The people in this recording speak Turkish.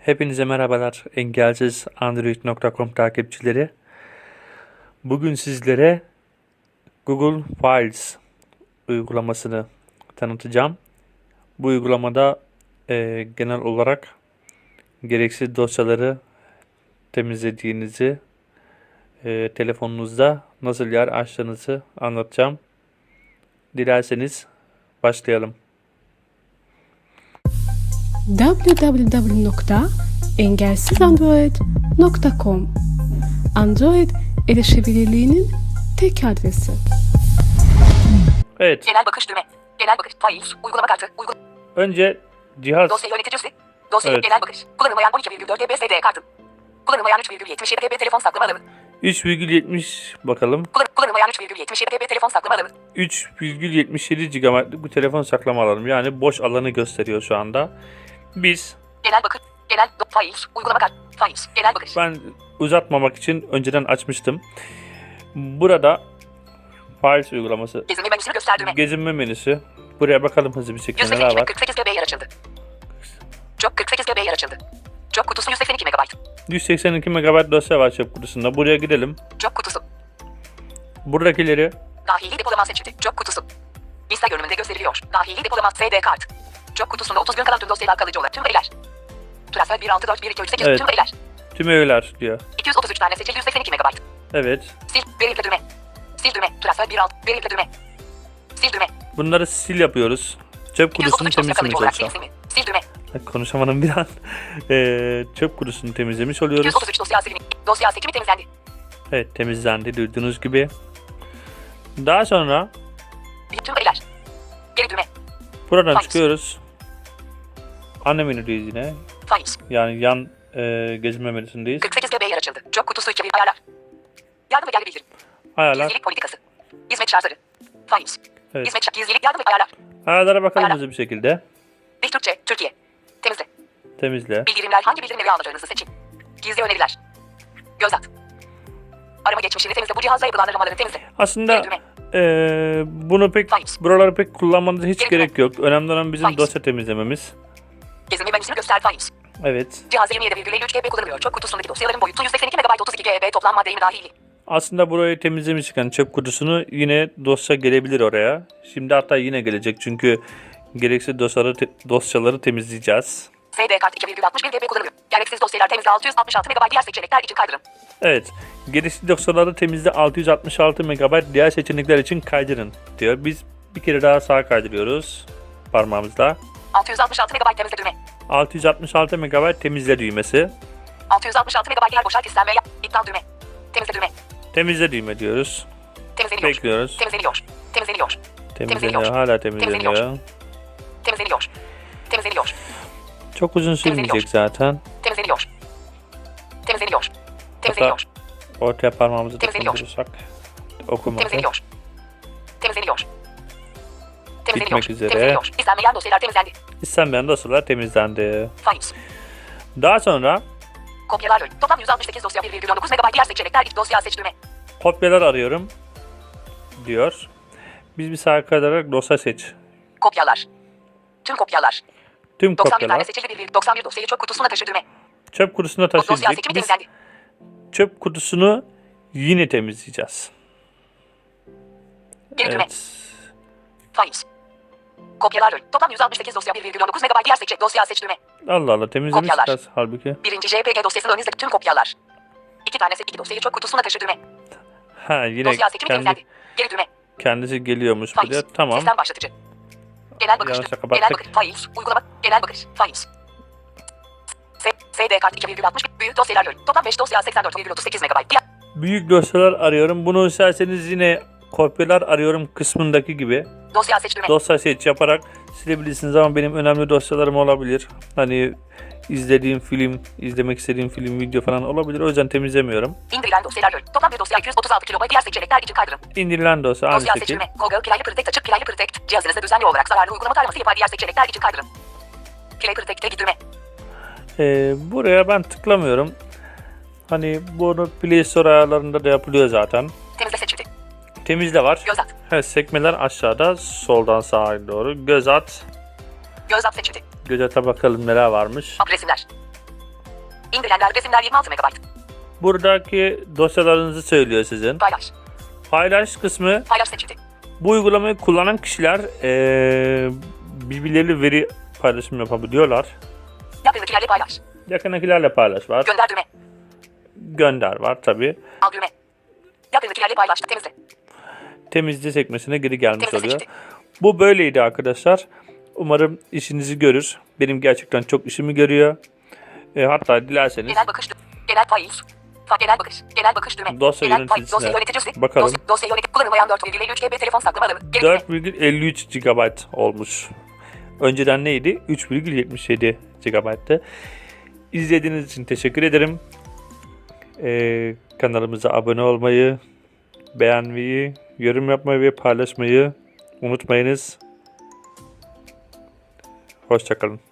Hepinize merhabalar engelsiz Android.com takipçileri. Bugün sizlere Google Files uygulamasını tanıtacağım. Bu uygulamada genel olarak gereksiz dosyaları temizlediğinizi, telefonunuzda nasıl yer açtığınızı anlatacağım. Dilerseniz başlayalım. www.engelsizandroid.com Android erişebilirliğinin tek adresi. Evet. Genel bakış düğme. Genel bakış. Files. Uygulama kartı. Önce cihaz. Dosya yöneticisi. Dosya Evet. genel bakış. Kullanılmayan 12,4 TB SD kartı. Kullanılmayan 3,77 TB telefon saklama alanı. 3,70 bakalım. Kullanılmayan 3,77 TB telefon saklama alanı. 3,77 GB'lık bir telefon saklama alanım. Yani boş alanı gösteriyor şu anda. Biz, Genel bakış. Genel files. Uygulama kartı. Files. Genel bakış. ben uzatmamak için önceden açmıştım. Burada Files uygulaması, Gezinme menüsünü göster düğme. gezinme menüsü. Buraya bakalım hızlı bir şekilde neler 182 var. 48 GB yer açıldı. Çok 48 GB yer açıldı. Çok kutusu 182 MB. 182 MB dosya var çöp kutusunda. Buraya gidelim. Çok kutusu. Buradakileri Dahili depolama seçildi. Çok kutusu. Liste görünümünde gösteriliyor. Dahili depolama SD kart. Çok kutusunda 30 gün kalan tüm dosyalar kalıcı olan tüm veriler. Transfer 1641238 Evet. tüm veriler. tüm öğeler diyor. 233 tane seçili 182 MB. Evet. Sil verimli düğme. Sil düğme. Transfer 16 verimli düğme. Sil düğme. Bunları sil yapıyoruz. Çöp kutusunu 233 dosya temizlemiş kalıcı olarak olacağım. silimi. Sil düğme. Konuşamadım bir an. Çöp kutusunu temizlemiş oluyoruz. 233 dosya silimi. Dosya sekimi temizlendi. Evet, temizlendi duyduğunuz gibi. Daha sonra Tüm veriler. Geri düğme. buradan Files. çıkıyoruz. Ana menüdeyiz yine. Files. Yani yan gezinme menüsündeyiz. 48 GB yer açıldı. Çok kutusu 2 ayarlar. Yardım ve geldi bildirim. Ayarlar. Gizlilik politikası. Hizmet şartları. Files. Evet. Hizmet gizlilik yardım ve ayarlar. Ayarlara bakalım Ayarlar. hızlı bir şekilde. Diş Türkçe. Türkiye. Temizle. Temizle. Bildirimler hangi bildirimleri alacağınızı seçin. Gizli öneriler. Göz at. Arama geçmişini temizle. Bu cihazla yapılan aramaları temizle. Aslında Geri düğme. bunu pek, Files. buraları pek kullanmanıza hiç Geri gerek yok. Önemli olan bizim Files. dosya temizlememiz. Gezinme menüsünü göster. Files. Evet. Cihaz 27,53 GB kullanılıyor. Çok kutusundaki dosyaların boyutu 182 MB 32 GB toplam madde mi dahili. Aslında burayı temizlemişken çöp kutusunu yine dosya gelebilir oraya. Şimdi hatta yine gelecek çünkü gereksiz dosyaları temizleyeceğiz. SD kart 2,61 GB kullanılıyor. Gereksiz dosyalar temizle 666 MB diğer seçenekler için kaydırın. Evet. Gereksiz dosyaları temizle 666 MB diğer seçenekler için kaydırın diyor. Biz bir kere daha sağa kaydırıyoruz parmağımızla. 666 MB temizle düğme. 666 MB temizle düğmesi. 666 MB yer boşalt istenme iptal düğme. Temizle düğme. Temizle düğme diyoruz. Temizleniyor. Bekliyoruz. Temizleniyor. Temizleniyor. Temizleniyor. Hala temizleniyor. Temizleniyor. Temizleniyor. Çok uzun sürmeyecek zaten. Temizleniyor. Temizleniyor. Temizleniyor. Ortaya parmağımızı Temizleniyor. dokundurursak okumadı. Temizleniyor. Temizleniyor. Bitmek üzere. Temizleniyor. İstenmeyen dosyalar temizlendi. İstenmeyen dosyalar temizlendi. Files. Daha sonra Kopyalar böl. Toplam 168 dosya 1,19 MB diğer seçenekler iç dosya seç düğme. kopyalar arıyorum diyor. Biz bir sağa kaydırarak dosya seç. Kopyalar. Tüm kopyalar. Tüm 91 kopyalar tane seçili 1,91 dosyayı çok kutusuna taşı düğme. çöp kutusuna Dosya taşıyacak. seçimi Biz temizlendi. çöp kutusunu yine temizleyeceğiz. Geri düğme. Evet. Files. Kopyalar böl. Toplam 168 dosya 1,19 MB diğer dosya seç düğme. Allah Allah temizlemişiz Kopyalar. halbuki. Birinci JPG dosyasının ön izle tüm kopyalar. 2 tanesi 2 dosyayı çok kutusuna taşı düğme. Ha yine Dosya seçimi temizlendi. Geri düğme. kendisi geliyormuş Files. buraya. Tamam. Sistem başlatıcı. Genel bakış. Yanlışla Genel kapattık. bakış. Files. Uygulama. Genel bakış. Files. SD kart 2,60 büyük dosyalar böl. Toplam 5 dosya 84,38 MB. Diğer Büyük dosyalar arıyorum. Bunu isterseniz yine kopyalar arıyorum kısmındaki gibi dosya seç düğme. dosya seç yaparak silebilirsiniz ama benim önemli dosyalarım olabilir. Hani izlediğim film, izlemek istediğim film, video falan olabilir. O yüzden temizlemiyorum. İndirilen dosyalar böl. Toplam bir dosya 236 KB diğer seçenekler için kaydırın. İndirilen dosya aynı Dosya şekil. seçilme. Google Play Protect açık Play Protect. Cihazınızda düzenli olarak zararlı uygulama taraması yapar diğer seçenekler için kaydırın. Play Protect'e gidilme. Buraya ben tıklamıyorum. Hani bunu Play Store ayarlarında da yapılıyor zaten. Temizle seçildi. Temizle var. Göz at. Evet, sekmeler aşağıda soldan sağa doğru. Göz at. Göz at seçildi. Göz ata bakalım neler varmış. Resimler. İndirilenler resimler 26 MB. Buradaki dosyalarınızı söylüyor sizin. Paylaş. Paylaş kısmı, Paylaş seçildi. bu uygulamayı kullanan kişiler birbirleriyle veri paylaşım yapabiliyorlar. Yakındakilerle paylaş. Yakındakilerle paylaş var. Gönder düğme. Gönder var tabi. Al düğme. Yakındakilerle paylaş. Temizle. Temizle sekmesine geri gelmiş Temizle oluyor. seçildi. Bu böyleydi arkadaşlar. Umarım işinizi görür. Benim gerçekten çok işimi görüyor. Hatta dilerseniz Genel bakış. Genel faiz. Genel bakış. Genel bakış düğme. Dosya Genel yöneticisine dosya yöneticisi. bakalım. Dosya yönetim kullanılmayan 4,53 GB telefon saklama alanı. Geri düğme. 4,53 GB olmuş. Önceden neydi? 3,77 GB'tı. İzlediğiniz için teşekkür ederim. Kanalımıza abone olmayı, beğenmeyi, yorum yapmayı ve paylaşmayı unutmayınız. Hoşça kalın.